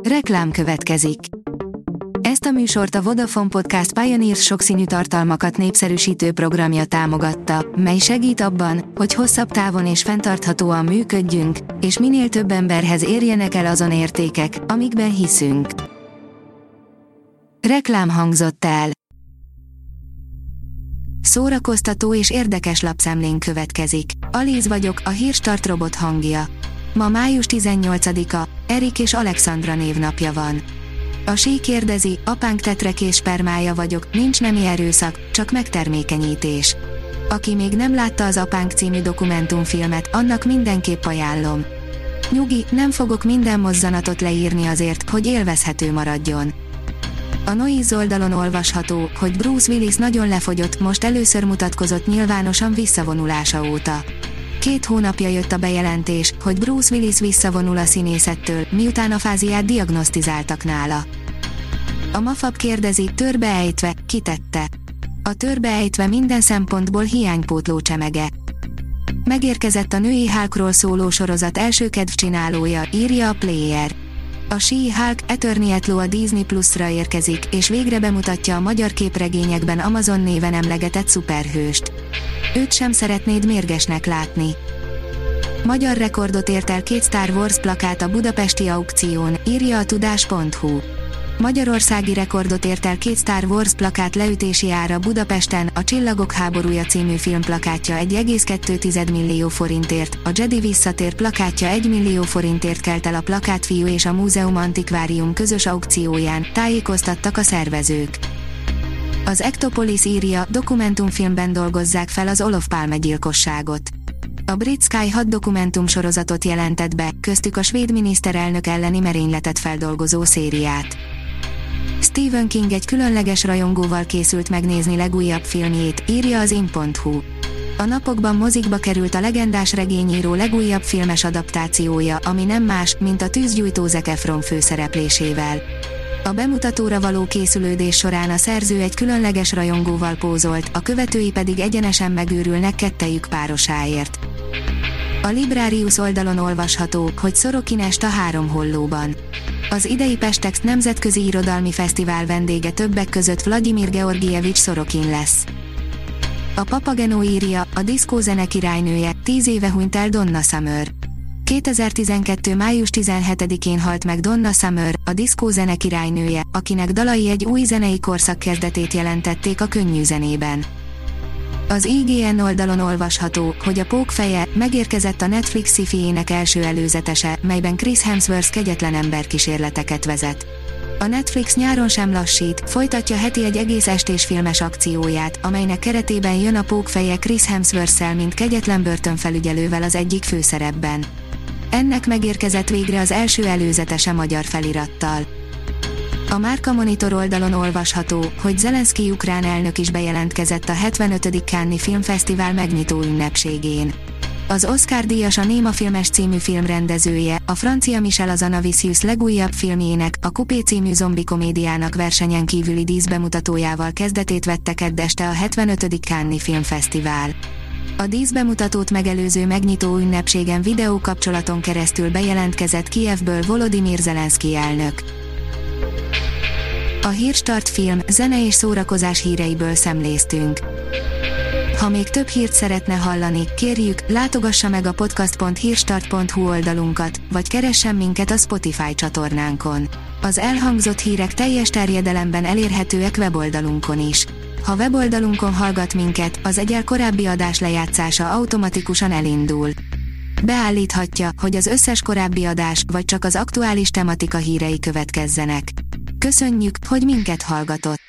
Reklám következik. Ezt a műsort a Vodafone Podcast Pioneers sokszínű tartalmakat népszerűsítő programja támogatta, mely segít abban, hogy hosszabb távon és fenntarthatóan működjünk, és minél több emberhez érjenek el azon értékek, amikben hiszünk. Reklám hangzott el. Szórakoztató és érdekes lapszemlén következik. Alíz vagyok, a Hírstart robot hangja. Ma május 18-a, Erik és Alexandra névnapja van. A Sí kérdezi, apánk tetrekés spermája vagyok, nincs nemi erőszak, csak megtermékenyítés. Aki még nem látta az Apánk című dokumentumfilmet, annak mindenképp ajánlom. Nyugi, nem fogok minden mozzanatot leírni azért, hogy élvezhető maradjon. A Noise oldalon olvasható, hogy Bruce Willis nagyon lefogyott, most először mutatkozott nyilvánosan visszavonulása óta. 2 hónapja jött a bejelentés, hogy Bruce Willis visszavonul a színészettől, miután afáziát diagnosztizáltak nála. A Mafab kérdezi, törbeejtve, ki tette? A törbeejtve minden szempontból hiánypótló csemege. Megérkezett a női Hulkról szóló sorozat első kedvcsinálója, írja a Player. A She-Hulk, Eternal Law a Disney Plus-ra érkezik, és végre bemutatja a magyar képregényekben Amazon néven emlegetett szuperhőst. Őt sem szeretnéd mérgesnek látni. Magyar rekordot ért el 2 Star Wars plakát a budapesti aukción, írja a tudás.hu. Magyarországi rekordot ért el 2 Star Wars plakát leütési ára Budapesten, a Csillagok háborúja című filmplakátja 1,2 millió forintért, a Jedi visszatér plakátja 1 millió forintért kelt el a Plakátfiú és a Múzeum Antikvárium közös aukcióján, tájékoztattak a szervezők. Az Ektopolis írja, dokumentumfilmben dolgozzák fel az Olof Palme gyilkosságot. A Brit Sky 6 dokumentumsorozatot jelentett be, köztük a svéd miniszterelnök elleni merényletet feldolgozó szériát. Stephen King egy különleges rajongóval készült megnézni legújabb filmjét, írja az in.hu. A napokban mozikba került a legendás regényíró legújabb filmes adaptációja, ami nem más, mint a Tűzgyújtó Zac Efron főszereplésével. A bemutatóra való készülődés során a szerző egy különleges rajongóval pózolt, a követői pedig egyenesen megőrülnek kettejük párosáért. A Librarius oldalon olvasható, hogy Sorokin est a 3 hollóban. Az idei Pestex nemzetközi irodalmi fesztivál vendége többek között Vladimir Georgijevics Sorokin lesz. A Papageno írja, a diszkó zene királynője, 10 éve hunyt el Donna Summer. 2012. május 17-én halt meg Donna Summer, a diszkó zene királynője, akinek dalai egy új zenei korszak kezdetét jelentették a könnyű zenében. Az IGN oldalon olvasható, hogy a Pók feje, megérkezett a Netflix sci-fiének első előzetese, melyben Chris Hemsworth kegyetlen emberkísérleteket vezet. A Netflix nyáron sem lassít, folytatja heti egy egész estés filmes akcióját, amelynek keretében jön a Pók feje Chris Hemsworth-szel, mint kegyetlen börtönfelügyelővel az egyik főszerepben. Ennek megérkezett végre az első előzetese magyar felirattal. A Márka Monitor oldalon olvasható, hogy Zelenszkij ukrán elnök is bejelentkezett a 75. Cannes-i Filmfesztivál megnyitó ünnepségén. Az Oscar-díjas a Néma filmes című film rendezője, a francia Michel Hazanavicius legújabb filmjének, a Coupé című zombi komédiának versenyen kívüli díszbemutatójával kezdetét vette kedd este a 75. Cannes-i Filmfesztivál. A díszbemutatót megelőző megnyitó ünnepségen videókapcsolaton keresztül bejelentkezett Kijevből Volodymyr Zelenszkij elnök. A Hírstart film, zene és szórakozás híreiből szemléztünk. Ha még több hírt szeretne hallani, kérjük, látogassa meg a podcast.hírstart.hu oldalunkat, vagy keressen minket a Spotify csatornánkon. Az elhangzott hírek teljes terjedelemben elérhetőek weboldalunkon is. Ha weboldalunkon hallgat minket, az egyel korábbi adás lejátszása automatikusan elindul. Beállíthatja, hogy az összes korábbi adás, vagy csak az aktuális tematika hírei következzenek. Köszönjük, hogy minket hallgatott!